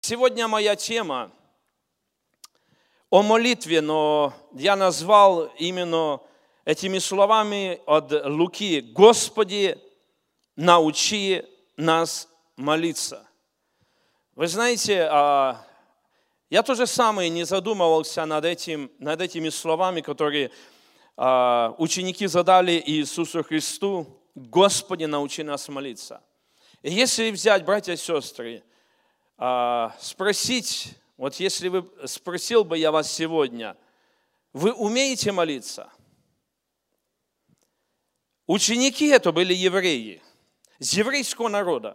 Сегодня моя тема о молитве, но я назвал именно этими словами от Луки: «Господи, научи нас молиться». Вы знаете, я тоже самое не задумывался над этими словами, которые ученики задали Иисусу Христу: «Господи, научи нас молиться». И если взять, братья и сестры, спросить, вот если вы спросил бы я вас сегодня, вы умеете молиться? Ученики это были евреи, с еврейского народа.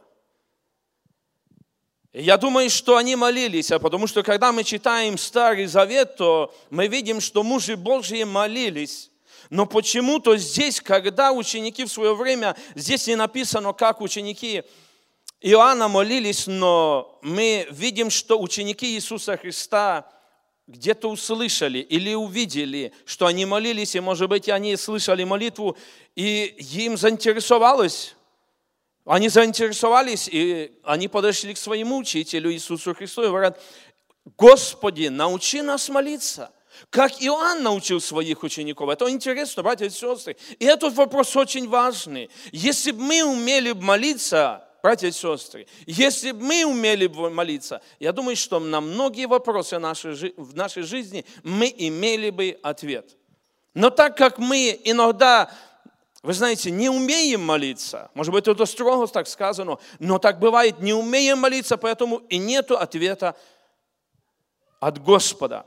Я думаю, что они молились, потому что когда мы читаем Старый Завет, то мы видим, что мужи Божьи молились. Но почему-то здесь, когда ученики в свое время, здесь не написано, как ученики Иоанна молились, но мы видим, что ученики Иисуса Христа где-то услышали или увидели, что они молились, и, может быть, они слышали молитву, и им заинтересовалось. Они заинтересовались, и они подошли к своему учителю Иисусу Христу и говорят: «Господи, научи нас молиться, как Иоанн научил своих учеников». Это интересно, братья и сестры. И этот вопрос очень важный. Если бы мы умели молиться, братья и сестры, если бы мы умели молиться, я думаю, что на многие вопросы в нашей жизни мы имели бы ответ. Но так как мы иногда, вы знаете, не умеем молиться, может быть, это строго так сказано, но так бывает, не умеем молиться, поэтому и нету ответа от Господа.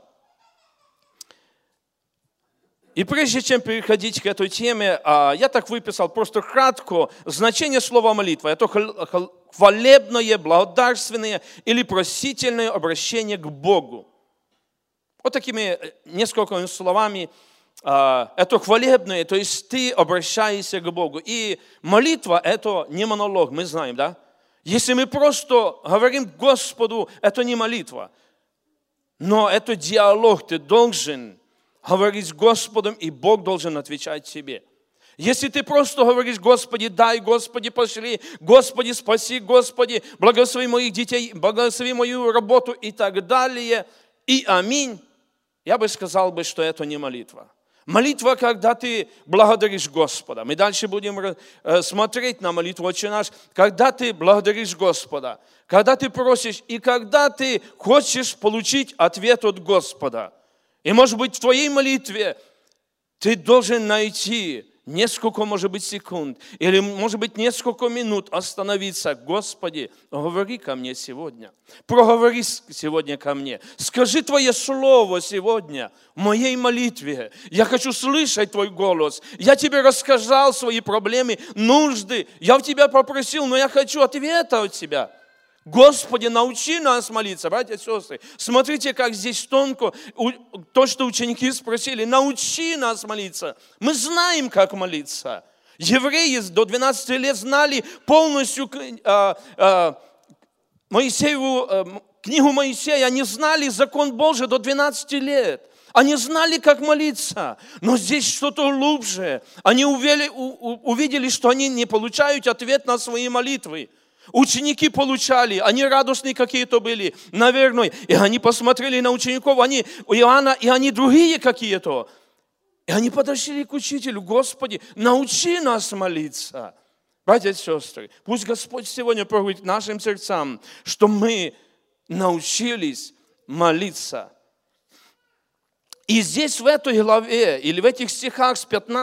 И прежде чем переходить к этой теме, я так выписал просто кратко значение слова молитва. Это хвалебное, благодарственное или просительное обращение к Богу. Вот такими несколькими словами. Это хвалебное, то есть ты обращаешься к Богу. И молитва – это не монолог, мы знаем, да? Если мы просто говорим Господу, это не молитва. Но это диалог, ты должен говорить с Господом, и Бог должен отвечать тебе. Если ты просто говоришь: Господи, дай, Господи, пошли, Господи, спаси, Господи, благослови моих детей, благослови мою работу и так далее, и аминь, я бы сказал, что это не молитва. Молитва, когда ты благодаришь Господа. Мы дальше будем смотреть на молитву «Отче наш», когда ты благодаришь Господа, когда ты просишь, и когда ты хочешь получить ответ от Господа. И, может быть, в твоей молитве ты должен найти несколько, может быть, секунд, или, может быть, несколько минут остановиться. Господи, говори ко мне сегодня. Проговори сегодня ко мне. Скажи Твое слово сегодня в моей молитве. Я хочу слышать Твой голос. Я Тебе рассказал свои проблемы, нужды. Я в Тебя попросил, но я хочу ответа от Тебя. Господи, научи нас молиться, братья и сестры. Смотрите, как здесь тонко, то, что ученики спросили: научи нас молиться. Мы знаем, как молиться. Евреи до 12 лет знали полностью книгу Моисея, они знали закон Божий до 12 лет. Они знали, как молиться, но здесь что-то глубже. Они увидели, что они не получают ответ на свои молитвы. Ученики получали, они радостные какие-то были, наверное. И они посмотрели на учеников, Иоанна, и они другие какие-то. И они подошли к учителю: Господи, научи нас молиться. Братья и сестры, пусть Господь сегодня проговорит нашим сердцам, что мы научились молиться. И здесь в этой главе, или в этих стихах с 5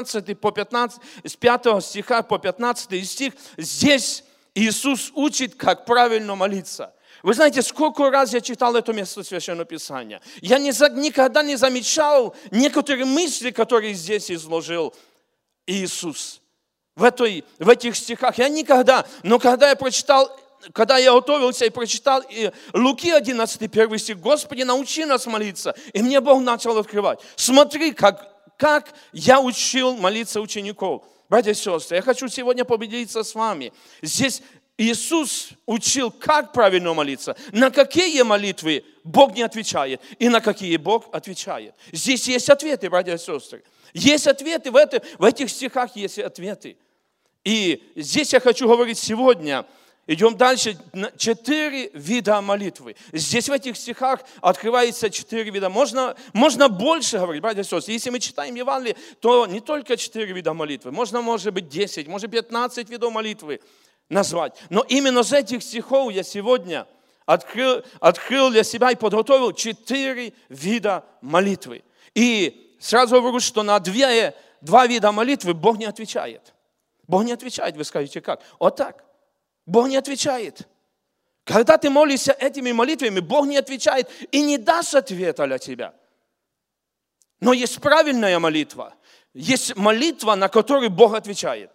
стиха по 15 стих, здесь Иисус учит, как правильно молиться. Вы знаете, сколько раз я читал это место Священного Писания. Я никогда не замечал некоторые мысли, которые здесь изложил Иисус. В этих стихах. Я никогда, но когда я готовился и прочитал Луки 11, 1 стих: Господи, научи нас молиться. И мне Бог начал открывать. Смотри, как я учил молиться учеников. Братья и сестры, я хочу сегодня поделиться с вами. Здесь Иисус учил, как правильно молиться, на какие молитвы Бог не отвечает и на какие Бог отвечает. Здесь есть ответы, братья и сестры. Есть ответы, в этих стихах есть ответы. И здесь я хочу говорить сегодня Идем дальше. 4 вида молитвы. Здесь в этих стихах открывается 4 вида. Можно больше говорить, братья и сестры. Если мы читаем Евангелие, то не только 4 вида молитвы. Можно, может быть, 10, может, 15 видов молитвы назвать. Но именно с этих стихов я сегодня открыл для себя и подготовил 4 вида молитвы. И сразу говорю, что на 2 вида молитвы Бог не отвечает. Бог не отвечает. Вы скажете, как? Вот так. Бог не отвечает. Когда ты молишься этими молитвами, Бог не отвечает и не даст ответа для тебя. Но есть правильная молитва. Есть молитва, на которую Бог отвечает.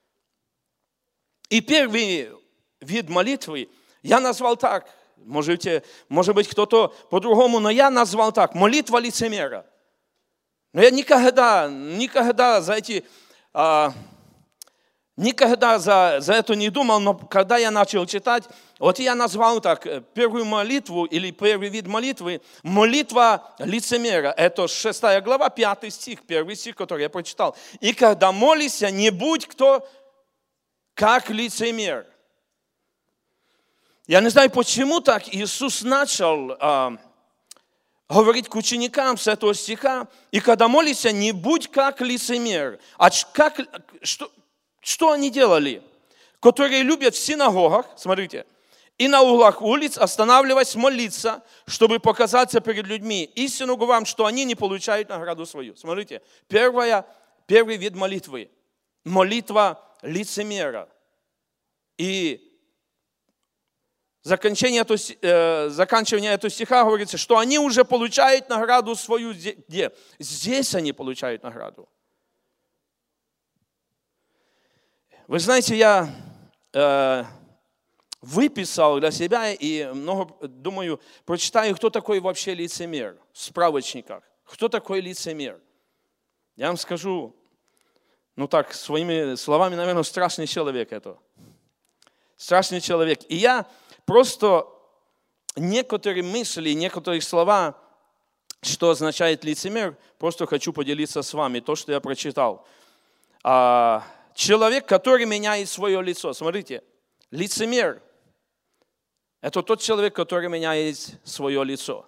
И первый вид молитвы я назвал так. Может быть, кто-то по-другому, но я назвал так. Молитва лицемера. Но я никогда за это не думал, но когда я начал читать, вот я назвал так, первую молитву или первый вид молитвы, молитва лицемера. Это 6 глава, 5 стих, первый стих, который я прочитал. И когда молишься, не будь кто как лицемер. Я не знаю, почему так Иисус начал говорить к ученикам с этого стиха, и когда молишься, не будь как лицемер. Что они делали? Которые любят в синагогах, смотрите, и на углах улиц, останавливаясь молиться, чтобы показаться перед людьми. Истину говорю вам, что они не получают награду свою. Смотрите, первый вид молитвы. Молитва лицемера. И заканчивание этого стиха говорится, что они уже получают награду свою. Где? Здесь они получают награду. Вы знаете, я выписал для себя и думаю, прочитаю, кто такой вообще лицемер в справочниках. Кто такой лицемер? Я вам скажу, своими словами, наверное, страшный человек это. Страшный человек. И я просто некоторые мысли, некоторые слова, что означает лицемер, просто хочу поделиться с вами, то, что я прочитал. Человек, который меняет свое лицо. Смотрите, лицемер – это тот человек, который меняет свое лицо.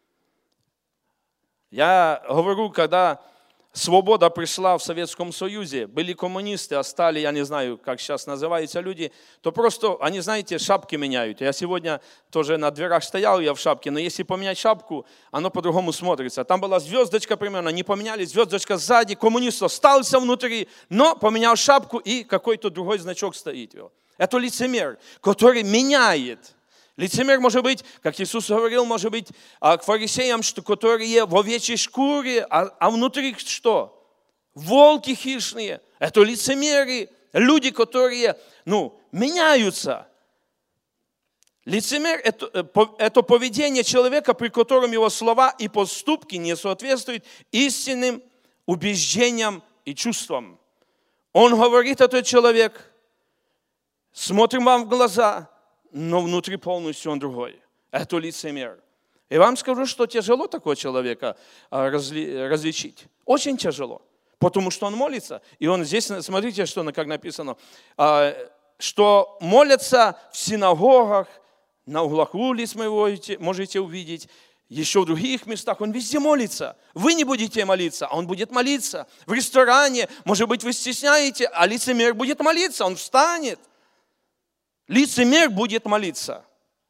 Я говорю, когда свобода пришла в Советском Союзе, были коммунисты, а стали, я не знаю, как сейчас называются люди, то просто, они, знаете, шапки меняют. Я сегодня тоже на дверях стоял, я в шапке, но если поменять шапку, оно по-другому смотрится. Там была звездочка примерно, не поменяли, звездочка сзади, коммунист остался внутри, но поменял шапку и какой-то другой значок стоит. Это лицемер, который меняет. Лицемер может быть, как Иисус говорил, может быть, к фарисеям, которые в овечьей шкуре, а внутри что? Волки хищные. Это лицемеры, люди, которые, меняются. Лицемер – это поведение человека, при котором его слова и поступки не соответствуют истинным убеждениям и чувствам. Он говорит, этот человек, смотрим вам в глаза, но внутри полностью он другой. Это лицемер. И вам скажу, что тяжело такого человека различить. Очень тяжело. Потому что он молится. И он здесь, смотрите, как написано, что молятся в синагогах, на углах улиц вы можете увидеть, еще в других местах. Он везде молится. Вы не будете молиться, а он будет молиться. В ресторане, может быть, вы стесняете, а лицемер будет молиться, он встанет. Лицемер будет молиться.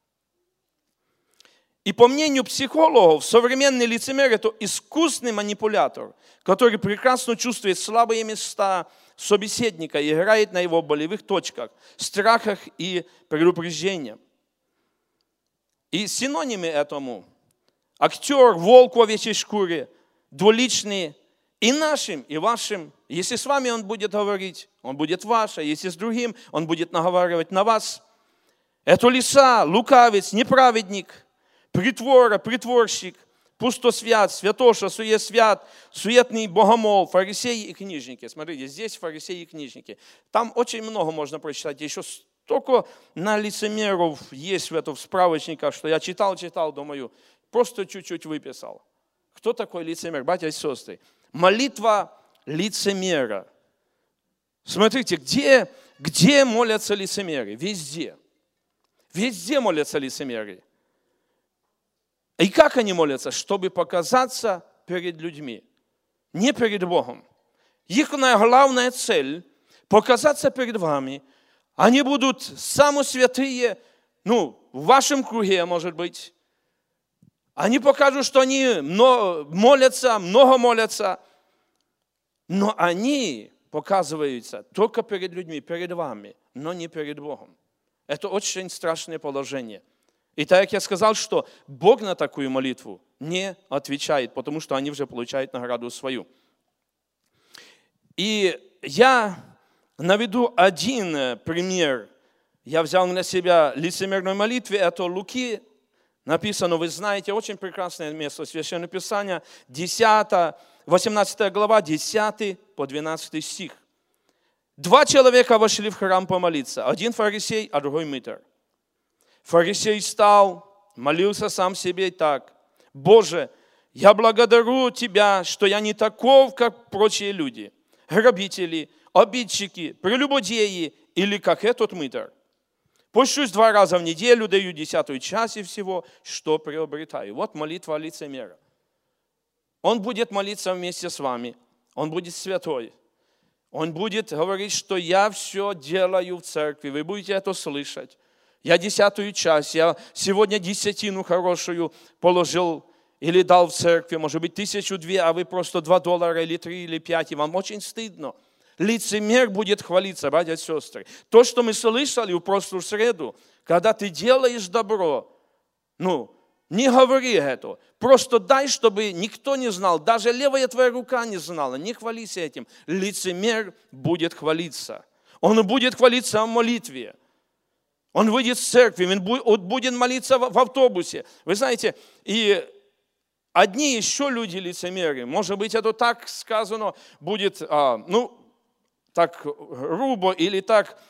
И по мнению психологов, современный лицемер – это искусный манипулятор, который прекрасно чувствует слабые места собеседника и играет на его болевых точках, страхах и предупреждениях. И синонимы этому – актер, волк в овечьей шкуре, двуличный и нашим, и вашим. Если с вами он будет говорить, он будет ваш, а если с другим, он будет наговаривать на вас. Это лиса, лукавец, неправедник, притвора, притворщик, пустосвят, святоша, суесвят, суетный богомол, фарисеи и книжники. Смотрите, здесь фарисеи и книжники. Там очень много можно прочитать. Еще столько на лицемеров есть в справочниках, что я читал, думаю, просто чуть-чуть выписал. Кто такой лицемер, братья и сестры? Молитва лицемера. Смотрите, где молятся лицемеры? Везде. Везде молятся лицемеры. И как они молятся? Чтобы показаться перед людьми, не перед Богом. Их главная цель – показаться перед вами. Они будут самые святые, в вашем круге, может быть. Они покажут, что они молятся, много молятся. Но они показываются только перед людьми, перед вами, но не перед Богом. Это очень страшное положение. И так как я сказал, что Бог на такую молитву не отвечает, потому что они уже получают награду свою. И я наведу один пример. Я взял на себя лицемерной молитвы. Это Луки написано, вы знаете, очень прекрасное место Священного Писания, 18 глава, 10 по 12 стих. 2 человека вошли в храм помолиться. Один фарисей, а другой мытарь. Фарисей встал, молился сам себе так. Боже, я благодарю Тебя, что я не таков, как прочие люди. Грабители, обидчики, прелюбодеи или как этот мытарь. Пощусь 2 раза в неделю, даю 10 часть и всего, что приобретаю. Вот молитва лицемера. Он будет молиться вместе с вами. Он будет святой. Он будет говорить, что я все делаю в церкви. Вы будете это слышать. Я 10 часть, я сегодня 10 хорошую положил или дал в церкви, может быть, 1002, а вы просто $2 или 3 или 5, и вам очень стыдно. Лицемер будет хвалиться, братья и сестры. То, что мы слышали в прошлую среду, когда ты делаешь добро, не говори это. Просто дай, чтобы никто не знал, даже левая твоя рука не знала. Не хвались этим. Лицемер будет хвалиться. Он будет хвалиться в молитве. Он выйдет с церкви, он будет молиться в автобусе. Вы знаете, и одни еще люди лицемеры, может быть, это так сказано будет, так грубо или так,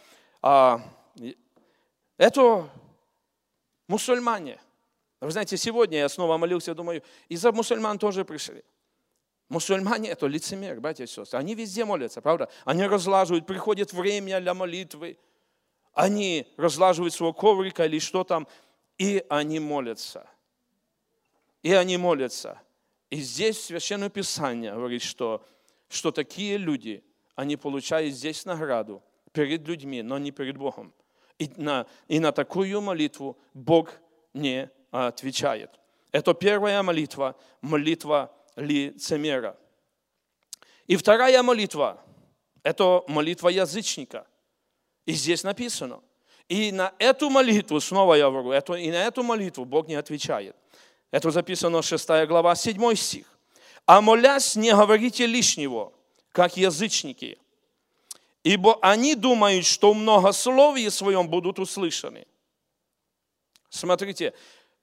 это мусульмане. Вы знаете, сегодня я снова молился, думаю, из-за мусульман тоже пришли. Мусульмане – это лицемеры, братья и сестры. Они везде молятся, правда? Они разлаживают, приходит время для молитвы. Они разлаживают своего коврика или что там, и они молятся. И они молятся. И здесь Священное Писание говорит, что такие люди, они получают здесь награду перед людьми, но не перед Богом. И на такую молитву Бог не отвечает. Это первая молитва, молитва лицемера. И вторая молитва, это молитва язычника. И здесь написано. И на эту молитву, снова я говорю, и на эту молитву Бог не отвечает. Это записано 6 глава, 7 стих. «А молясь, не говорите лишнего, как язычники, ибо они думают, что в многословии своем будут услышаны». Смотрите,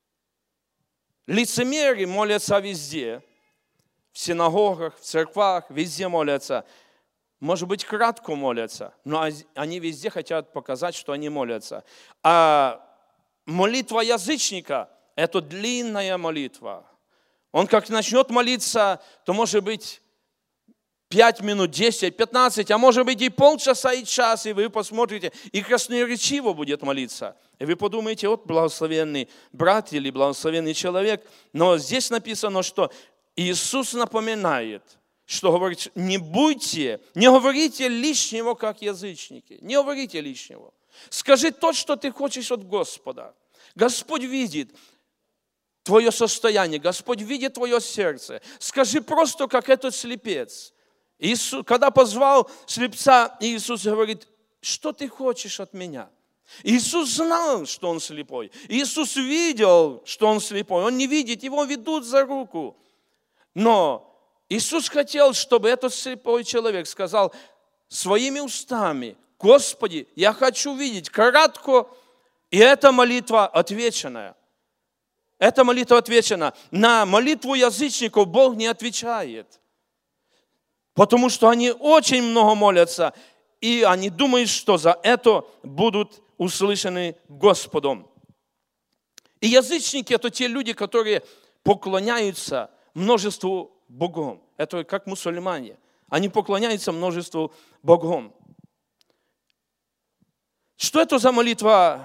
лицемеры молятся везде, в синагогах, в церквах, везде молятся. Может быть, кратко молятся, но они везде хотят показать, что они молятся. А молитва язычника – это длинная молитва. Он как начнет молиться, то может быть 5 минут, 10, 15, а может быть и полчаса, и час, и вы посмотрите, и красноречиво будет молиться. И вы подумаете, вот благословенный брат или благословенный человек. Но здесь написано, что Иисус напоминает, что говорит, не говорите лишнего, как язычники. Не говорите лишнего. Скажи то, что ты хочешь от Господа. Господь видит твое состояние, Господь видит твое сердце. Скажи просто, как этот слепец. Иисус, когда позвал слепца, Иисус говорит, что ты хочешь от меня? Иисус знал, что он слепой. Иисус видел, что он слепой. Он не видит, его ведут за руку. Но Иисус хотел, чтобы этот слепой человек сказал своими устами, Господи, я хочу видеть кратко, и эта молитва отвеченная. Эта молитва отвечена. На молитву язычников Бог не отвечает. Потому что они очень много молятся, и они думают, что за это будут услышаны Господом. И язычники – это те люди, которые поклоняются множеству богам. Это как мусульмане. Они поклоняются множеству богам. Что это за молитва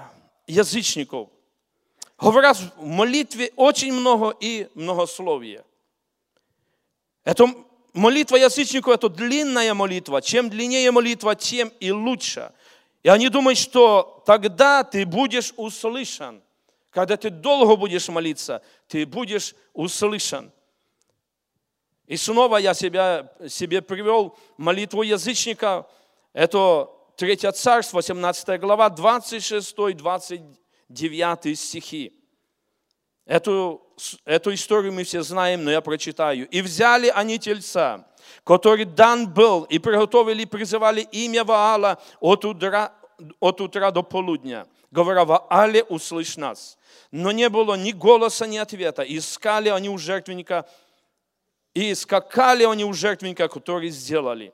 язычников. Говорят, в молитве очень много и многословия. Это молитва язычников – это длинная молитва. Чем длиннее молитва, тем и лучше. И они думают, что тогда ты будешь услышан. Когда ты долго будешь молиться, ты будешь услышан. И снова я себе привел молитву язычника. Это 3 Царств, 18 глава, 26-29 стихи. Эту историю мы все знаем, но я прочитаю. «И взяли они тельца, который дан был, и приготовили, призывали имя Ваала от утра до полудня, говоря, Ваале, услышь нас. Но не было ни голоса, ни ответа. Искали они у жертвенника, и скакали они у жертвенника, который сделали.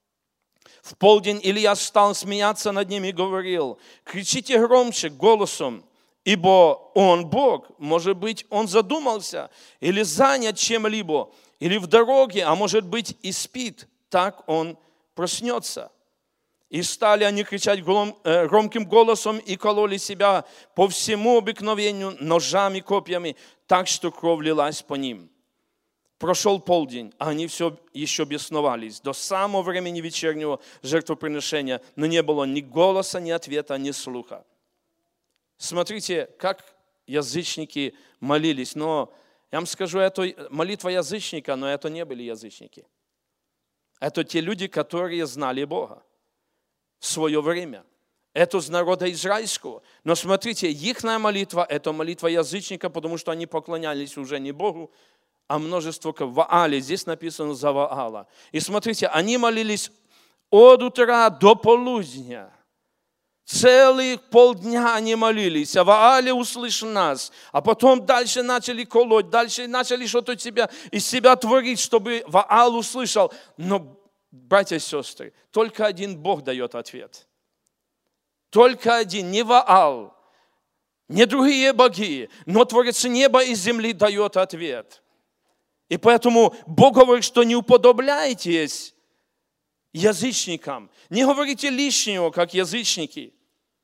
В полдень Илья стал смеяться над ними и говорил, кричите громче голосом, ибо он Бог. Может быть, он задумался или занят чем-либо, или в дороге, а может быть и спит. Так он проснется. И стали они кричать громким голосом и кололи себя по всему обыкновению ножами, копьями, так что кровь лилась по ним. Прошел полдень, а они все еще бесновались до самого времени вечернего жертвоприношения, но не было ни голоса, ни ответа, ни слуха. Смотрите, как язычники молились. Но я вам скажу, это молитва язычника, но это не были язычники. Это те люди, которые знали Бога в свое время. Это из народа израильского. Но смотрите, их молитва – это молитва язычника, потому что они поклонялись уже не Богу, а множество Ваале. Здесь написано за Ваала. И смотрите, они молились от утра до полудня. Целых полдня они молились, а Ваале услышь нас. А потом дальше начали колоть, дальше начали что-то из себя творить, чтобы Ваал услышал. Но, братья и сестры, только один Бог дает ответ. Только один, не Ваал, не другие боги, но Творец неба и земли дает ответ. И поэтому Бог говорит, что не уподобляйтесь язычникам. Не говорите лишнего, как язычники.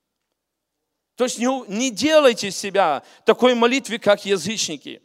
То есть не делайте из себя такой молитвы, как язычники.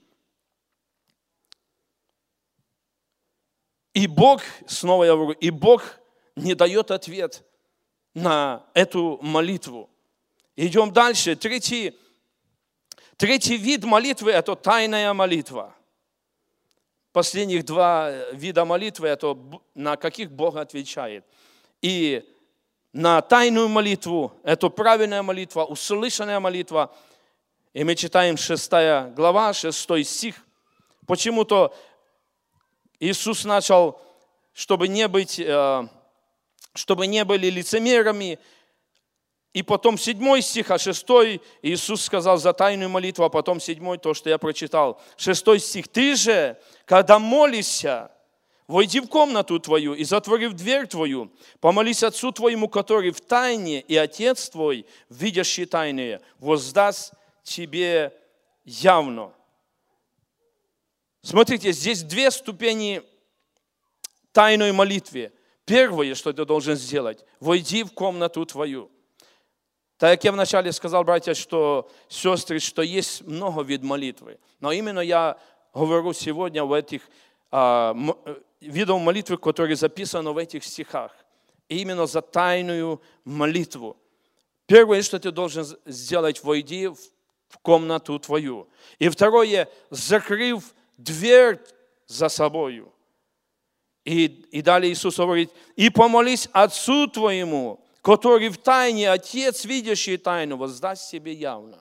И Бог, снова я говорю, и Бог не дает ответ на эту молитву. Идем дальше. Третий вид молитвы – это тайная молитва. Последних два вида молитвы – это на каких Бог отвечает. И на тайную молитву – это правильная молитва, услышанная молитва. И мы читаем 6 глава, 6 стих. Почему-то Иисус начал, чтобы не были лицемерами. И потом 7 стих, а 6 Иисус сказал за тайную молитву, а потом 7, то, что я прочитал. 6 стих. «Ты же, когда молишься, войди в комнату твою и, затворив дверь твою, помолись Отцу твоему, который в тайне, и Отец твой, видящий тайное, воздаст тебе явно». Смотрите, здесь 2 ступени тайной молитвы. Первое, что ты должен сделать, войди в комнату твою. Так как я вначале сказал, братья, сестры, что есть много видов молитвы. Но именно я говорю сегодня в этих видах молитвы, которые записаны в этих стихах. И именно за тайную молитву. Первое, что ты должен сделать, войди в комнату твою. И второе, закрыв дверь за собою. И далее Иисус говорит, и помолись Отцу твоему, который в тайне, Отец, видящий тайну, воздаст себе явно.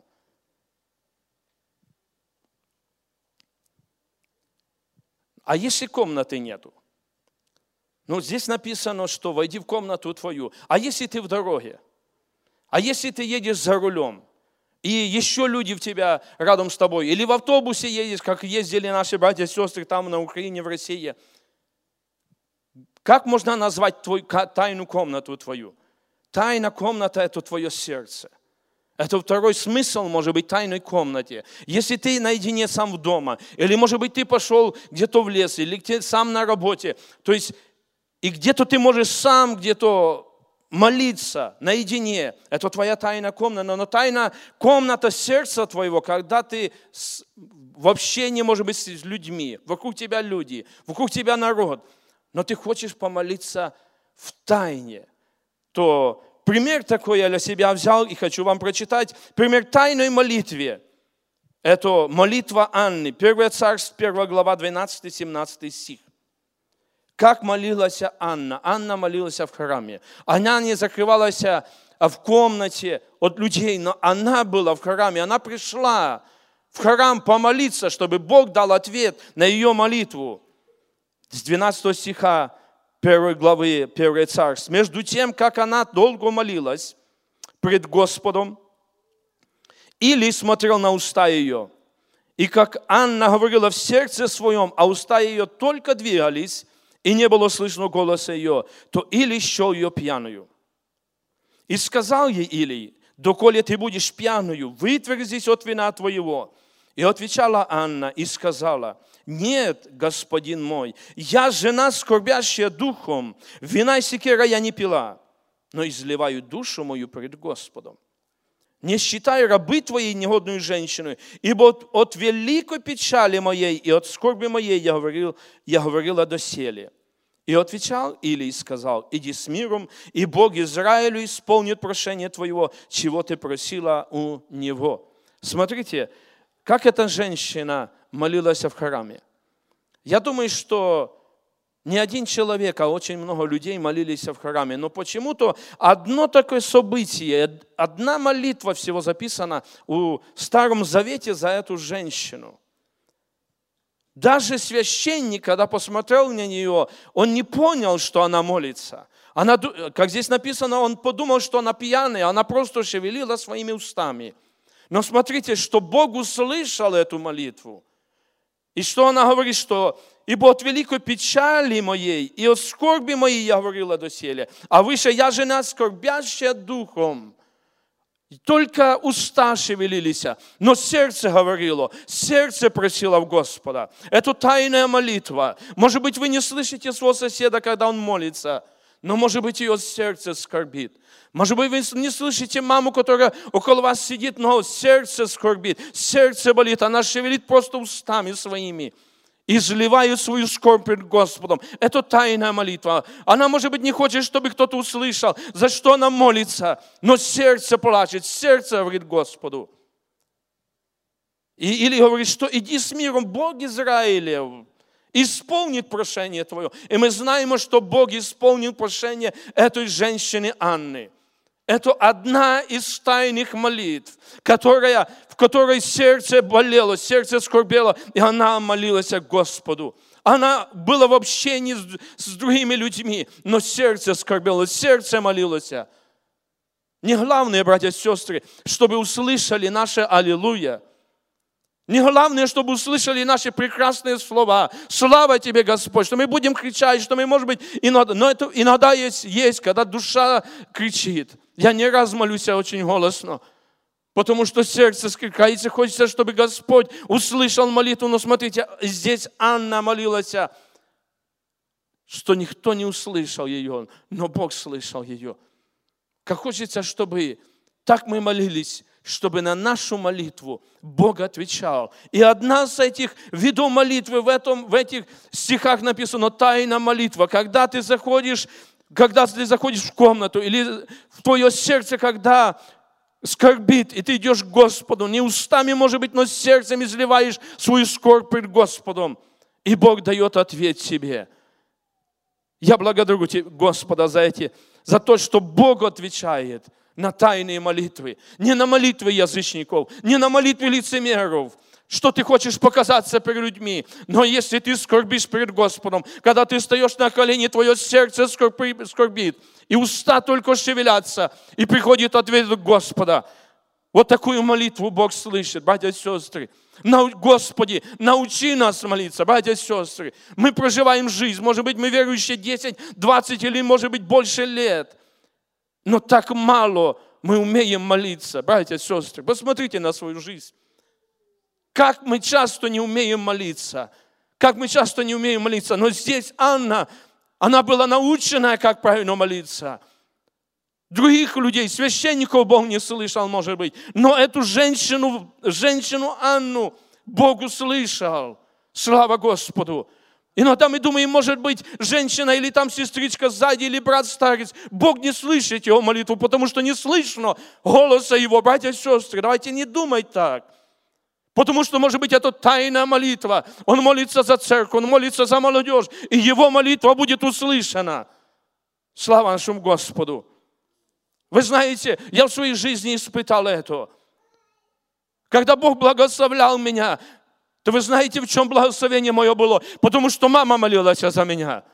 А если комнаты нету? Здесь написано, что войди в комнату твою. А если ты в дороге? А если ты едешь за рулем? И еще люди в тебя рядом с тобой? Или в автобусе едешь, как ездили наши братья и сестры там на Украине, в России? Как можно назвать тайную комнату твою? Тайна комната – это твое сердце. Это второй смысл, может быть, тайной комнате. Если ты наедине сам дома, или, может быть, ты пошел где-то в лес, или ты сам на работе, то есть, и где-то ты можешь сам где-то молиться наедине. Это твоя тайная комната, но тайная комната сердца твоего, когда ты вообще не можешь быть с людьми, вокруг тебя люди, вокруг тебя народ, но ты хочешь помолиться в тайне, то пример такой я для себя взял и хочу вам прочитать. Пример тайной молитве. Это молитва Анны, 1 Царств, 1 глава, 12-17 стих. Как молилась Анна? Анна молилась в храме. Она не закрывалась в комнате от людей, но она была в храме. Она пришла в храм помолиться, чтобы Бог дал ответ на ее молитву. С 12 стиха 1 главы 1 Царств. Между тем, как она долго молилась пред Господом, Илий смотрел на уста ее. И как Анна говорила в сердце своем, а уста ее только двигались, и не было слышно голоса ее, то Илий счел ее пьяную. И сказал ей Илий: доколе ты будешь пьяную, вытверзись от вина твоего. И отвечала Анна и сказала: нет, господин мой, я жена, скорбящая духом, вина и секера я не пила, но изливаю душу мою пред Господом. Не считай рабы твоей негодную женщину, ибо от великой печали моей и от скорби моей я говорила доселе. И отвечал Илий и сказал: иди с миром, и Бог Израилю исполнит прошение твоего, чего ты просила у него. Смотрите, как эта женщина молилась в храме. Я думаю, что не один человек, а очень много людей молились в храме. Но почему-то одно такое событие, одна молитва всего записана в Старом Завете за эту женщину. Даже священник, когда посмотрел на нее, он не понял, что она молится. Она, как здесь написано, он подумал, что она пьяная, она просто шевелила своими устами. Но смотрите, что Бог услышал эту молитву. И что она говорит, что «Ибо от великой печали моей и от скорби моей я говорила доселе, а выше я жена, скорбящая духом». Только уста шевелились, но сердце говорило, сердце просило в Господа. Это тайная молитва. Может быть, вы не слышите своего соседа, когда он молится, но, может быть, ее сердце скорбит. Может быть, вы не слышите маму, которая около вас сидит, но сердце скорбит, сердце болит, она шевелит просто устами своими. Изливают свою скорбь перед Господом. Это тайная молитва. Она, может быть, не хочет, чтобы кто-то услышал, за что она молится, но сердце плачет, сердце говорит Господу. Или говорит, что иди с миром, Бог Израилев исполнит прошение твое. И мы знаем, что Бог исполнил прошение этой женщины Анны. Это одна из тайных молитв, в которой сердце болело, сердце скорбело, и она молилась к Господу. Она была в общении с другими людьми, но сердце скорбело, сердце молилось. Не главное, братья и сестры, чтобы услышали наше «Аллилуйя». Не главное, чтобы услышали наши прекрасные слова. Слава Тебе, Господь, что мы будем кричать, что мы, может быть, но это иногда есть, когда душа кричит. Я не раз молюсь очень голосно, потому что сердце скрикается, хочется, чтобы Господь услышал молитву. Но смотрите, здесь Анна молилась, что никто не услышал ее, но Бог слышал ее. Как хочется, чтобы так мы молились, чтобы на нашу молитву Бог отвечал. И одна из этих видов молитвы в этих стихах написано тайная молитва. Когда ты заходишь в комнату или в твое сердце, когда скорбит, и ты идешь к Господу, не устами, может быть, но сердцем изливаешь свою скорбь перед Господом, и Бог дает ответ тебе. Я благодарю Господа за то, что Бог отвечает на тайные молитвы. Не на молитвы язычников, не на молитвы лицемеров, что ты хочешь показаться перед людьми. Но если ты скорбишь перед Господом, когда ты встаешь на колени, твое сердце скорбит, и уста только шевелятся, и приходит ответ от Господа. Вот такую молитву Бог слышит, братья и сестры. Господи, научи нас молиться, братья и сестры. Мы проживаем жизнь, может быть, мы верующие 10, 20 или, может быть, больше лет. Но так мало мы умеем молиться, братья и сестры. Посмотрите на свою жизнь. Как мы часто не умеем молиться. Как мы часто не умеем молиться. Но здесь Анна, она была научена, как правильно молиться. Других людей, священников Бог не слышал, может быть. Но эту женщину Анну Бог услышал. Слава Господу. Иногда мы думаем, может быть, женщина или там сестричка сзади, или брат-старец. Бог не слышит его молитву, потому что не слышно голоса его. Братья и сестры, давайте не думать так. Потому что, может быть, это тайная молитва. Он молится за церковь, он молится за молодежь, и его молитва будет услышана. Слава нашему Господу. Вы знаете, я в своей жизни испытал это. Когда Бог благословлял меня, то вы знаете, в чем благословение мое было? Потому что мама молилась за меня.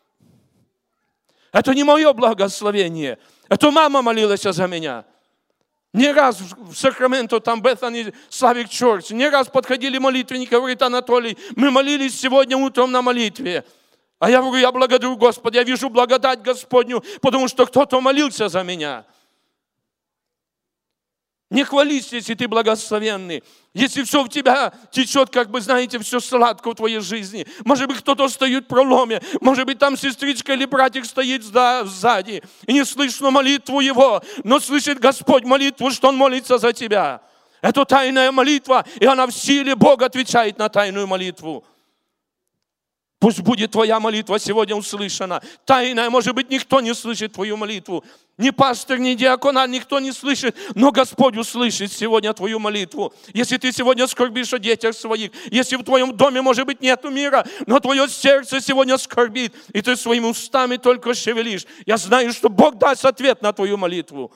Это не мое благословение. Это мама молилась за меня. Не раз в Сакраменто, там Бethany Slavic Church, не раз подходили молитвенники, говорит Анатолий, мы молились сегодня утром на молитве. А я говорю, я благодарю Господа, я вижу благодать Господню, потому что кто-то молился за меня. Не хвались, если ты благословенный. Если все в тебя течет, как бы, знаете, все сладко в твоей жизни. Может быть, кто-то стоит в проломе. Может быть, там сестричка или братик стоит сзади. И не слышно молитву его, но слышит Господь молитву, что он молится за тебя. Это тайная молитва, и она в силе. Бог отвечает на тайную молитву. Пусть будет твоя молитва сегодня услышана. Тайная, может быть, никто не слышит твою молитву. Ни пастор, ни диаконат, никто не слышит. Но Господь услышит сегодня твою молитву. Если ты сегодня скорбишь о детях своих, если в твоем доме, может быть, нету мира, но твое сердце сегодня скорбит, и ты своими устами только шевелишь. Я знаю, что Бог даст ответ на твою молитву.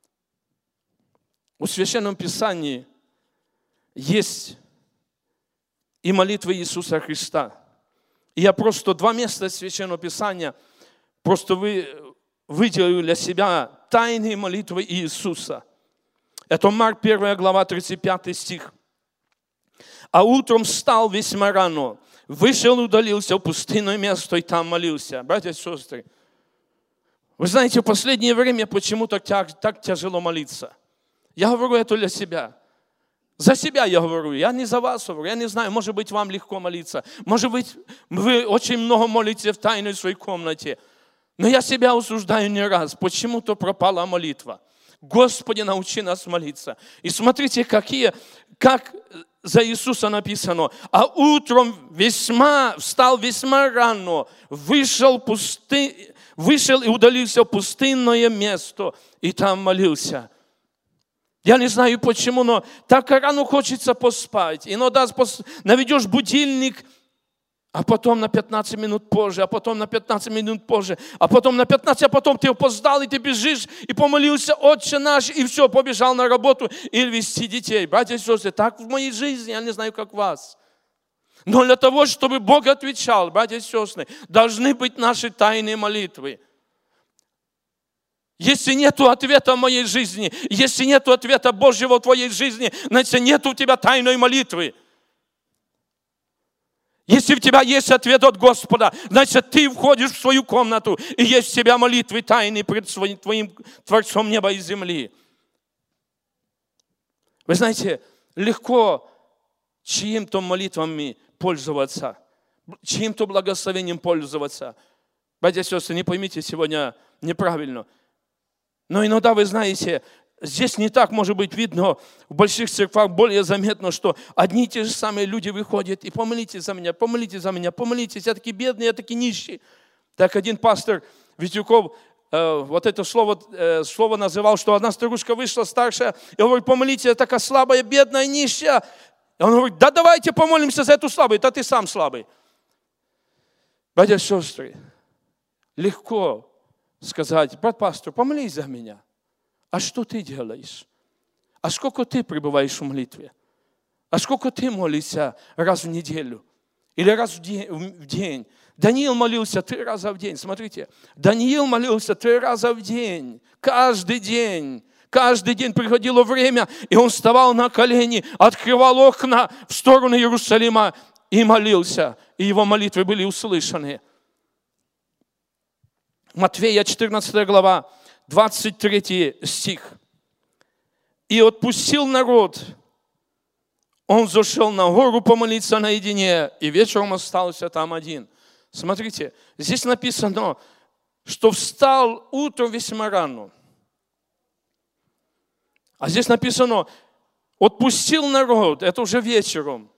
В Священном Писании есть и молитва Иисуса Христа. И я просто 2 места Священного Писания просто выделил для себя тайные молитвы Иисуса. Это Марк 1 глава 35 стих. «А утром встал весьма рано, вышел и удалился в пустынное место и там молился». Братья и сестры, вы знаете, в последнее время почему-то так тяжело молиться. Я говорю это для себя. За себя я говорю, я не за вас говорю, я не знаю, может быть, вам легко молиться. Может быть, вы очень много молитесь в тайной своей комнате. Но я себя осуждаю не раз. Почему-то пропала молитва. Господи, научи нас молиться. И смотрите, как за Иисуса написано. А утром встал весьма рано, вышел и удалился в пустынное место, и там молился. Я не знаю почему, но так рано хочется поспать. Иногда наведешь будильник, а потом на 15 минут позже, а потом на 15 минут позже, а потом на 15, а потом ты опоздал, и ты бежишь, и помолился Отче наш, и все, побежал на работу или вести детей. Братья и сестры, так в моей жизни, я не знаю, как вас. Но для того, чтобы Бог отвечал, братья и сестры, должны быть наши тайные молитвы. Если нет ответа в моей жизни, если нет ответа Божьего в твоей жизни, значит, нет у тебя тайной молитвы. Если у тебя есть ответ от Господа, значит, ты входишь в свою комнату, и есть у тебя молитвы тайны пред твоим Творцом неба и земли. Вы знаете, легко чьим-то молитвами пользоваться, чьим-то благословением пользоваться. Братья и сестры, не поймите сегодня неправильно. Но иногда, вы знаете, здесь не так, может быть, видно, в больших церквах более заметно, что одни и те же самые люди выходят и помолитесь за меня, помолитесь, я такие бедные, я такие нищие. Так один пастор Витюков вот это слово называл, что одна старушка вышла старшая, и говорит, помолитесь, я такая слабая, бедная, нищая. И он говорит, да давайте помолимся за эту слабую, да ты сам слабый. Братья и сестры, легко сказать, брат пастор, помолись за меня. А что ты делаешь? А сколько ты пребываешь в молитве? А сколько ты молишься раз в неделю? Или раз в день? Даниил молился 3 раза в день. Смотрите, Даниил молился 3 раза в день. Каждый день. Каждый день приходило время, и он вставал на колени, открывал окна в сторону Иерусалима и молился. И его молитвы были услышаны. Матфея 14 глава, 23 стих. «И отпустил народ, он зашел на гору помолиться наедине, и вечером остался там один». Смотрите, здесь написано, что встал утром весьма рано. А здесь написано, отпустил народ, это уже вечером.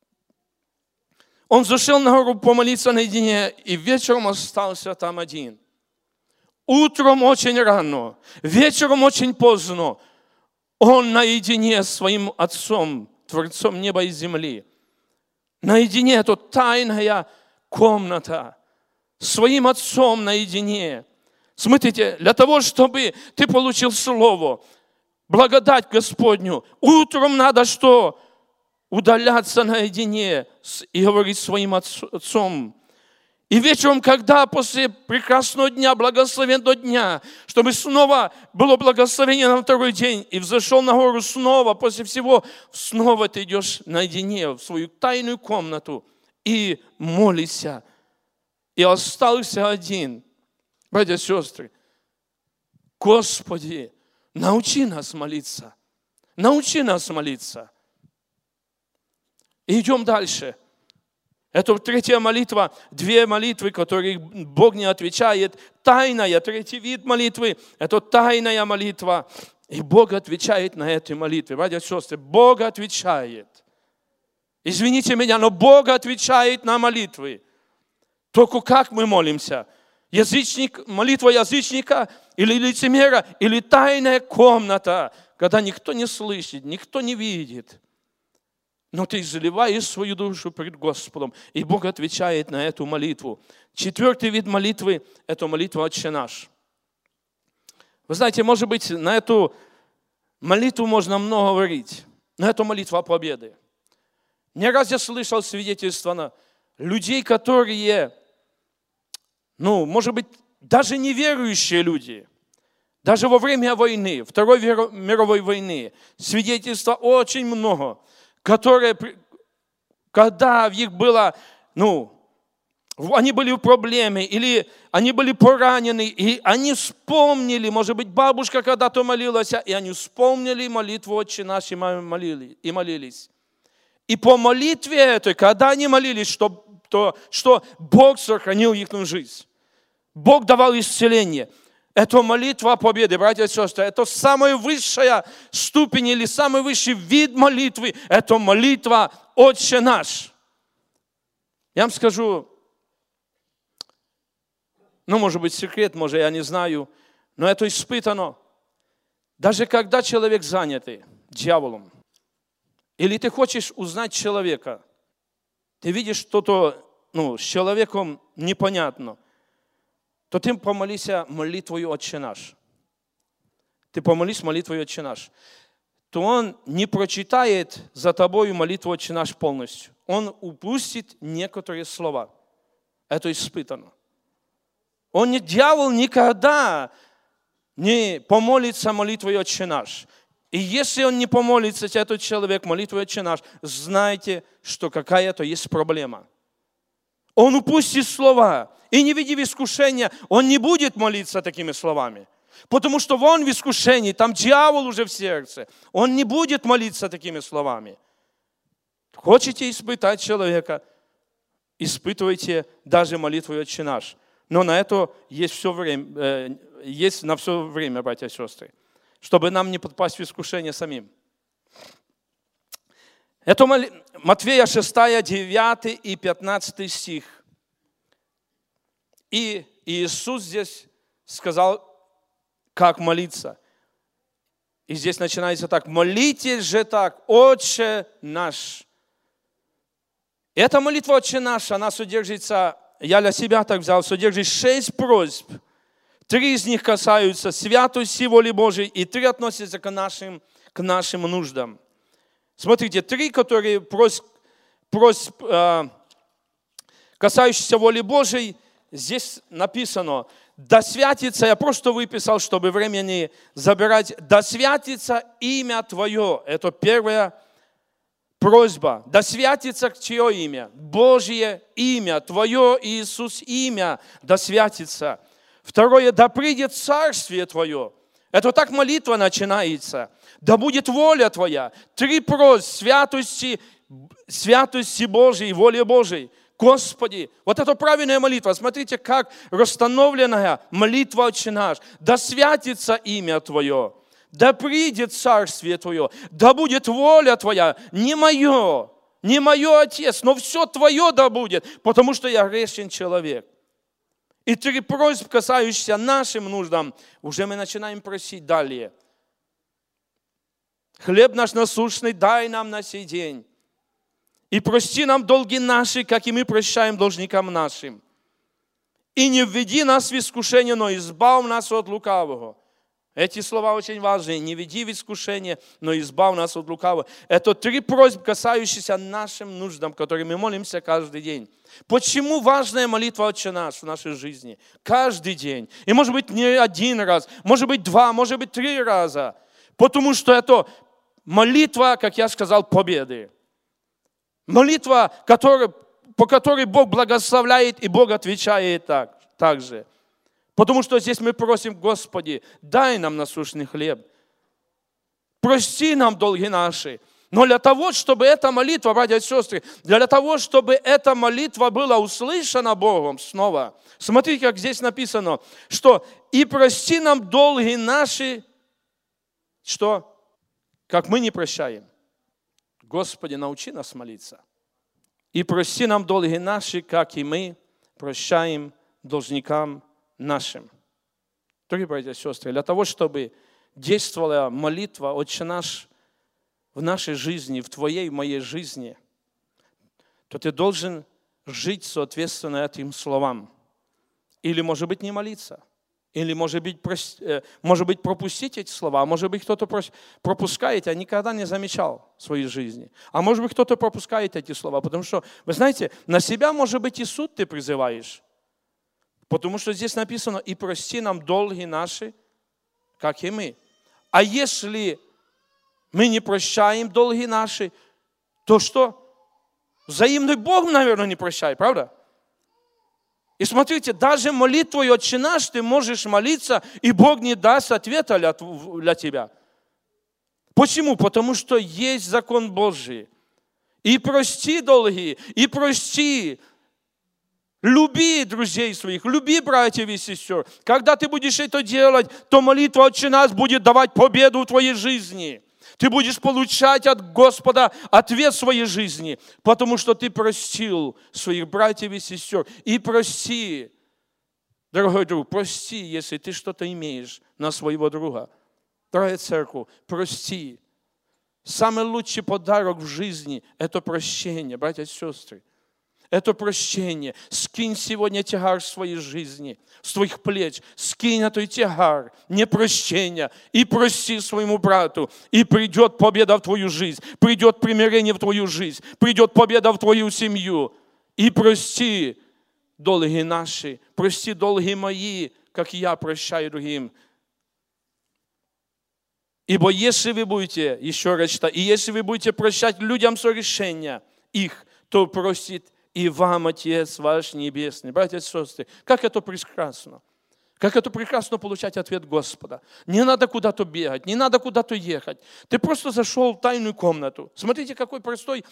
Он взошел на гору помолиться наедине, и вечером остался там один. Утром очень рано, вечером очень поздно, он наедине с своим Отцом, Творцом неба и земли. Наедине, это тайная комната, своим Отцом наедине. Смотрите, для того, чтобы ты получил Слово, благодать Господню, утром надо что? Удаляться наедине и говорить своим Отцом. И вечером, когда после прекрасного дня, благословенного дня, чтобы снова было благословение на второй день, и взошел на гору снова, после всего, снова ты идешь наедине в свою тайную комнату и молишься. И остался один. Братья и сестры, Господи, научи нас молиться. Научи нас молиться. И идем дальше. Это третья молитва, две молитвы, которые Бог не отвечает. Тайная, третий вид молитвы, это тайная молитва. И Бог отвечает на этой молитве. Братья и сестры, Бог отвечает. Извините меня, но Бог отвечает на молитвы. Только как мы молимся? Молитва язычника или лицемера, или тайная комната, когда никто не слышит, никто не видит. Но ты изливаешь свою душу пред Господом, и Бог отвечает на эту молитву. Четвертый вид молитвы – это молитва «Отче наш». Вы знаете, может быть, на эту молитву можно много говорить, но это молитва победы. Не раз я слышал свидетельства людей, которые, может быть, даже неверующие люди, даже во время войны, Второй мировой войны, свидетельства очень много, которые, когда в них было, они были в проблеме, или они были поранены, и они вспомнили, может быть, бабушка когда-то молилась, и они вспомнили молитву «Отче наш» и молились. И по молитве этой, когда они молились, что Бог сохранил их жизнь, Бог давал исцеление. Это молитва победы, братья и сестры. Это самая высшая ступень или самый высший вид молитвы. Это молитва «Отче наш». Я вам скажу, может быть, секрет, может, я не знаю, но это испытано. Даже когда человек занятый дьяволом, или ты хочешь узнать человека, ты видишь что-то, с человеком непонятно, то ты помолись молитвою «Отче наш». Ты помолись молитвою «Отче наш». То он не прочитает за тобою молитву «Отче наш» полностью. Он упустит некоторые слова. Это испытано. Дьявол никогда не помолится молитвой «Отче наш». И если он не помолится, этот человек, молитвой «Отче наш», знайте, что какая-то есть проблема. Он упустит слова. И не видя искушения, он не будет молиться такими словами. Потому что вон в искушении, там дьявол уже в сердце. Он не будет молиться такими словами. Хотите испытать человека? Испытывайте даже молитву «Отче наш». Но на это есть на все время, братья и сестры. Чтобы нам не подпасть в искушение самим. Это Матфея 6, 9 и 15 стих. И Иисус здесь сказал, как молиться. И здесь начинается так: молитесь же так, Отче наш. Эта молитва Отче наш, она содержится, я для себя так взял, содержит 6 просьб. 3 из них касаются святости воли Божией, и 3 относятся к нашим нуждам. Смотрите, 3, которые касающиеся воли Божией, здесь написано: да святится, я просто выписал, чтобы время не забирать, да святится имя Твое. Это первая просьба. Да святится чье имя? Божье имя, Твое, Иисус, имя, да святится. Второе, да придет царствие Твое. Это так молитва начинается. Да будет воля Твоя. 3 просьбы святости Божией, воли Божией. Господи, вот это правильная молитва. Смотрите, как расстановленная молитва «Отче наш». Да святится имя Твое. Да придет царствие Твое, да будет воля Твоя, не мое, Отец, но все Твое да будет, потому что я грешен человек. И 3 просьб, касающиеся нашим нуждам, уже мы начинаем просить далее. Хлеб наш насущный дай нам на сей день. И прости нам долги наши, как и мы прощаем должникам нашим. И не введи нас в искушение, но избавь нас от лукавого. Эти слова очень важные. Не веди в искушение, но избавь нас от лукавого. Это 3 просьбы, касающиеся нашим нуждам, которые мы молимся каждый день. Почему важная молитва «Отче наш» в нашей жизни? Каждый день. И может быть не 1 раз, может быть 2, может быть 3 раза. Потому что это молитва, как я сказал, победы. Молитва, по которой Бог благословляет, и Бог отвечает так же. Потому что здесь мы просим: Господи, дай нам насущный хлеб. Прости нам долги наши. Но для того, чтобы эта молитва, братья и сестры, для того, чтобы эта молитва была услышана Богом снова, смотрите, как здесь написано, что «И прости нам долги наши», что? Как мы не прощаем. Господи, научи нас молиться. «И прости нам долги наши, как и мы прощаем должникам нашим». Дорогие братья и сестры, для того, чтобы действовала молитва «Отче наш» в нашей жизни, в твоей, в моей жизни, то ты должен жить соответственно этим словам. Или, может быть, не молиться. Или, может быть, пропустить эти слова. А может быть, кто-то пропускает, а никогда не замечал в своей жизни. А может быть, кто-то пропускает эти слова. Потому что, вы знаете, на себя, может быть, и суд ты призываешь. Потому что здесь написано: «И прости нам долги наши, как и мы». А если мы не прощаем долги наши, то что? Взаимный Бог, наверное, не прощает, правда? И смотрите, даже молитвой «Отче наш» ты можешь молиться, и Бог не даст ответа для тебя. Почему? Потому что есть закон Божий. И прости долги, и прости. Люби друзей своих, люби братьев и сестер. Когда ты будешь это делать, то молитва «Отче наш» будет давать победу в твоей жизни. Ты будешь получать от Господа ответ в своей жизни, потому что ты простил своих братьев и сестер. И прости, дорогой друг, прости, если ты что-то имеешь на своего друга. Дорогая церковь, прости. Самый лучший подарок в жизни – это прощение, братья и сестры. Это прощение. Скинь сегодня тягар своей жизни, с твоих плеч. Скинь этот тягар, непрощения, и прости своему брату. И придет победа в твою жизнь, придет примирение в твою жизнь, придет победа в твою семью. И прости долги наши, прости долги мои, как я прощаю другим. Ибо если вы будете, еще раз читаю, и если вы будете прощать людям согрешения их, то простит и вам Отец ваш Небесный. Братья и сестры, как это прекрасно. Как это прекрасно получать ответ Господа. Не надо куда-то бегать, не надо куда-то ехать. Ты просто зашел в тайную комнату. Смотрите, какой простой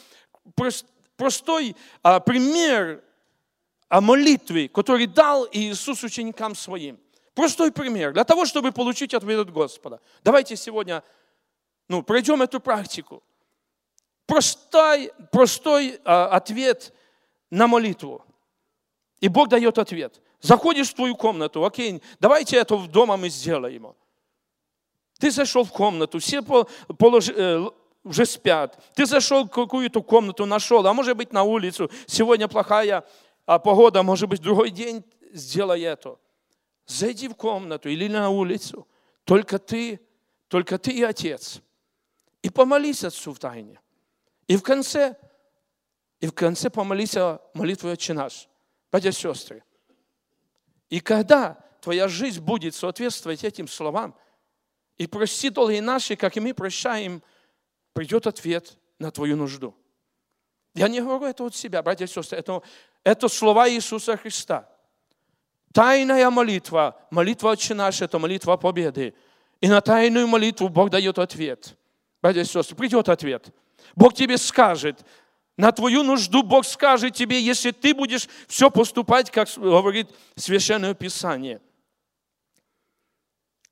пример молитвы, который дал Иисус ученикам своим. Простой пример. Для того, чтобы получить ответ от Господа. Давайте сегодня пройдем эту практику. Простой ответ на молитву. И Бог дает ответ. Заходишь в твою комнату, окей, давайте это дома мы сделаем. Ты зашел в комнату, все уже спят. Ты зашел в какую-то комнату, нашел, а может быть на улицу. Сегодня плохая погода, может быть другой день сделай это. Зайди в комнату или на улицу. Только ты и Отец. И помолись Отцу в тайне. И в конце помолись молитвой «Отче наш». Братья и сестры. И когда твоя жизнь будет соответствовать этим словам, и прости долги наши, как и мы прощаем, придет ответ на твою нужду. Я не говорю это от себя, братья и сестры. Это слова Иисуса Христа. Тайная молитва, молитва «Отче наш» – это молитва победы. И на тайную молитву Бог дает ответ. Братья и сестры, придет ответ. Бог тебе скажет, на твою нужду Бог скажет тебе, если ты будешь все поступать, как говорит Священное Писание.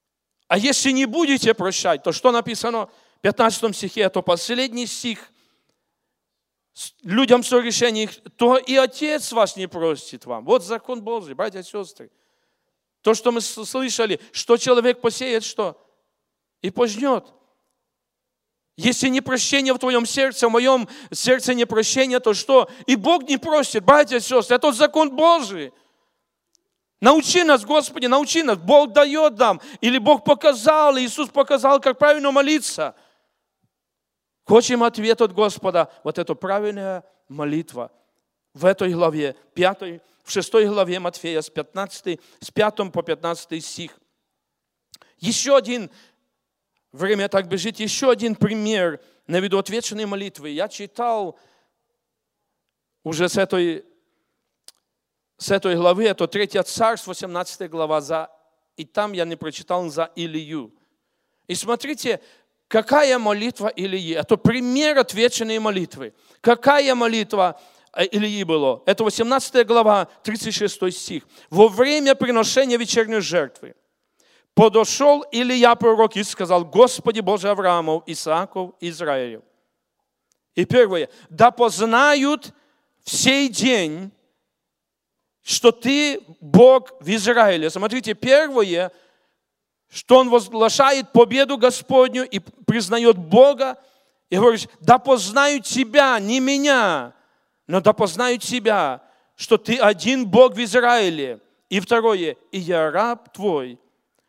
А если не будете прощать, то что написано в 15 стихе, то последний стих, людям согрешений, то и Отец вас не простит вам. Вот закон Божий, братья и сестры. То, что мы слышали, что человек посеет, что? И пожнет. Если не прощение в твоем сердце, в моем сердце не прощение, то что? И Бог не простит, братья и сестры. Это закон Божий. Научи нас, Господи, научи нас. Бог дает нам. Или Бог показал, Иисус показал, как правильно молиться. Хотим ответ от Господа. Вот это правильная молитва. В этой главе, 6 главе Матфея, с 5 по 15 стих. Еще один, время так бежит, еще один пример на виду отвеченной молитвы. Я читал уже с этой главы, это 3 Царств, 18 глава, и там я не прочитал за Илию. И смотрите, какая молитва Илии. Это пример отвеченной молитвы. Какая молитва Илии была? Это 18 глава, 36 стих. Во время приношения вечерней жертвы подошел Илия пророк и сказал: Господи Боже Авраамов, Исааков, Израилев. И первое. Да познают в сей день, что ты Бог в Израиле. Смотрите, первое, что он возглашает победу Господню и признает Бога, и говорит: да познают тебя, не меня, но да познают тебя, что ты один Бог в Израиле. И второе, и я раб твой,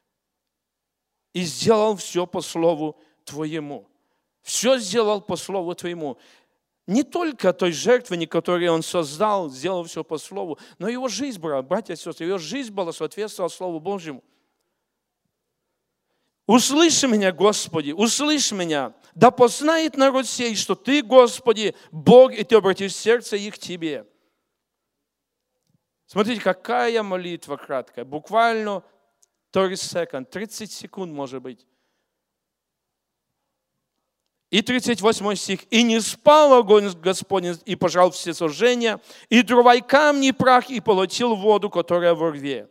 и сделал все по слову твоему. Все сделал по слову твоему. Не только той жертвы, которую он создал, сделал все по слову, но его жизнь была, братья и сестры, его жизнь была соответствовала Слову Божьему. Услышь меня, Господи, услышь меня. Да познает народ сей, что Ты, Господи, Бог, и Ты обратишь сердце их к Тебе. Смотрите, какая молитва краткая. Буквально 30 секунд, может быть. И 38 стих. «И не спал огонь Господень, и пожал все сожжения, и дрова, и камни, и прах, и полотил воду, которая во рве.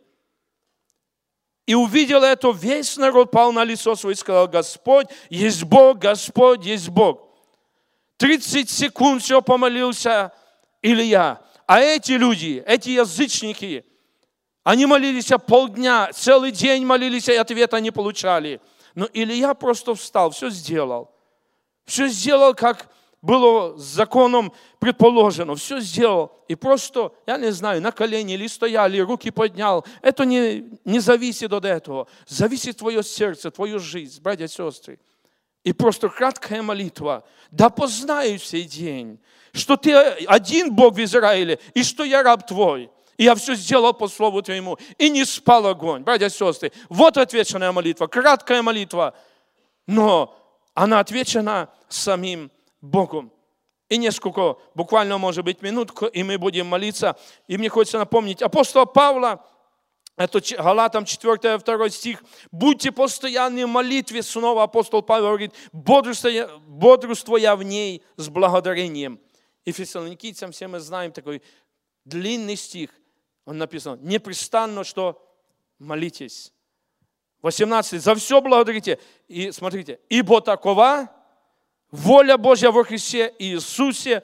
И увидел это, весь народ пал на лицо свое и сказал: Господь есть Бог, Господь есть Бог». 30 секунд все помолился Илия. А эти люди, эти язычники, они молились полдня, целый день молились, и ответа не получали. Но Илия просто встал, все сделал. Все сделал, как было с законом предположено. Все сделал. И просто, я не знаю, на колени или стояли, руки поднял. Это не зависит от этого. Зависит твое сердце, твою жизнь, братья и сестры. И просто краткая молитва. Да познаю сей день, что ты один Бог в Израиле, и что я раб твой. И я все сделал по слову твоему. И не спал огонь, братья и сестры. Вот отвеченная молитва, краткая молитва. Но она отвечена самим Богом. И несколько, буквально, может быть, минутку, и мы будем молиться. И мне хочется напомнить апостола Павла, это Галатам 4-2 стих. «Будьте постоянны в молитве», снова апостол Павел говорит, «бодрствуя в ней с благодарением». И Фессалоникийцам все мы знаем такой длинный стих. Он написан: «Непрестанно, что молитесь». 18. «За все благодарите». И смотрите, «Ибо такова воля Божья во Христе Иисусе».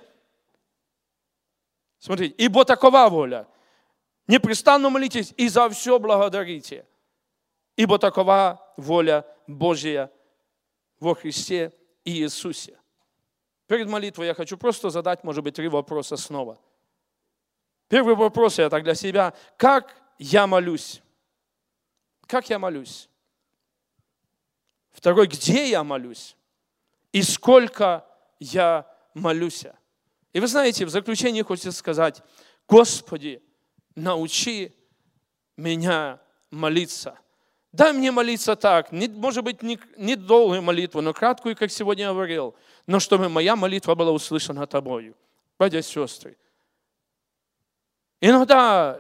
Смотрите, «Ибо такова воля». Непрестанно молитесь и за все благодарите. Ибо такова воля Божья во Христе Иисусе. Перед молитвой я хочу просто задать, может быть, 3 вопроса снова. Первый вопрос я так для себя. Как я молюсь? Как я молюсь? Второй, где я молюсь? И сколько я молюсь? И вы знаете, в заключение хочется сказать: Господи, научи меня молиться. Дай мне молиться так, может быть, не долгую молитву, но краткую, как сегодня я говорил, но чтобы моя молитва была услышана Тобою. Братья и сестры, иногда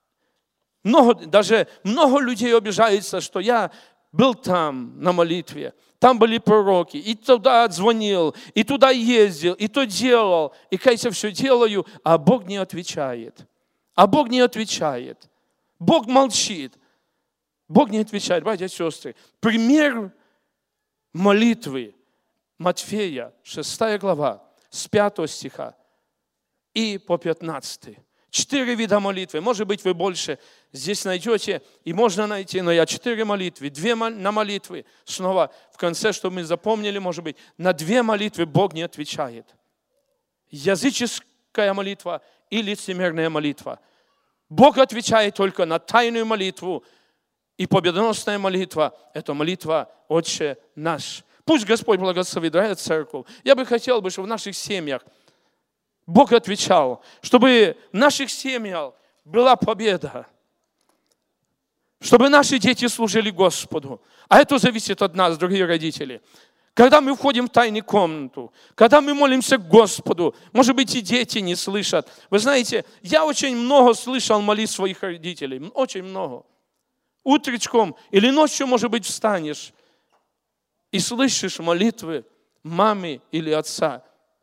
даже много людей обижаются, что я был там на молитве, там были пророки, и туда звонил, и туда ездил, и то делал, и, кажется, все делаю, а Бог не отвечает. А Бог не отвечает. Бог молчит. Бог не отвечает, братья и сестры. Пример молитвы Матфея, 6 глава, с 5 стиха и по 15. 4 вида молитвы. Может быть, вы больше здесь найдете, и можно найти, но я 4 молитвы, 2 на молитвы. Снова в конце, чтобы мы запомнили, может быть, на 2 молитвы Бог не отвечает. Языческая молитва и лицемерная молитва. Бог отвечает только на тайную молитву, и победоносная молитва – это молитва «Отче наш». Пусть Господь благословит, дорогая церковь. Я бы хотел, чтобы в наших семьях Бог отвечал, чтобы в наших семьях была победа, чтобы наши дети служили Господу. А это зависит от нас, дорогие родители. Когда мы входим в тайную комнату, когда мы молимся к Господу, может быть, и дети не слышат. Вы знаете, я очень много слышал молитв своих родителей, очень много. Утречком или ночью, может быть, встанешь и слышишь молитвы мамы или отца.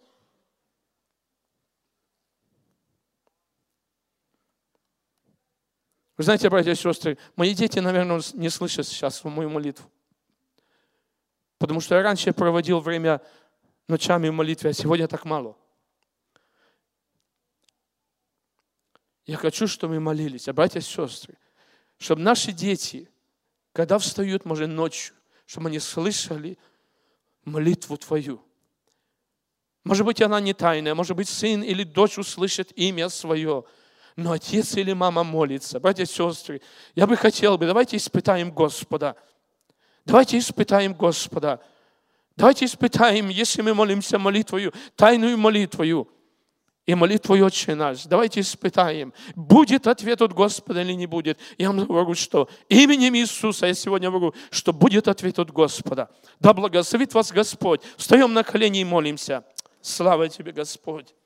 Вы знаете, братья и сестры, мои дети, наверное, не слышат сейчас мою молитву. Потому что я раньше проводил время ночами в молитве, а сегодня так мало. Я хочу, чтобы мы молились, братья и сестры, чтобы наши дети, когда встают, может, ночью, чтобы они слышали молитву Твою. Может быть, она не тайная, может быть, сын или дочь услышит имя свое, но отец или мама молится. Братья и сестры, я бы хотел, давайте испытаем Господа. Давайте испытаем Господа. Давайте испытаем, если мы молимся молитвою, тайную молитвою и молитвою «Отче наш». Давайте испытаем, будет ответ от Господа или не будет. Я вам говорю, что именем Иисуса я сегодня говорю, что будет ответ от Господа. Да благословит вас Господь. Встаем на колени и молимся. Слава Тебе, Господь.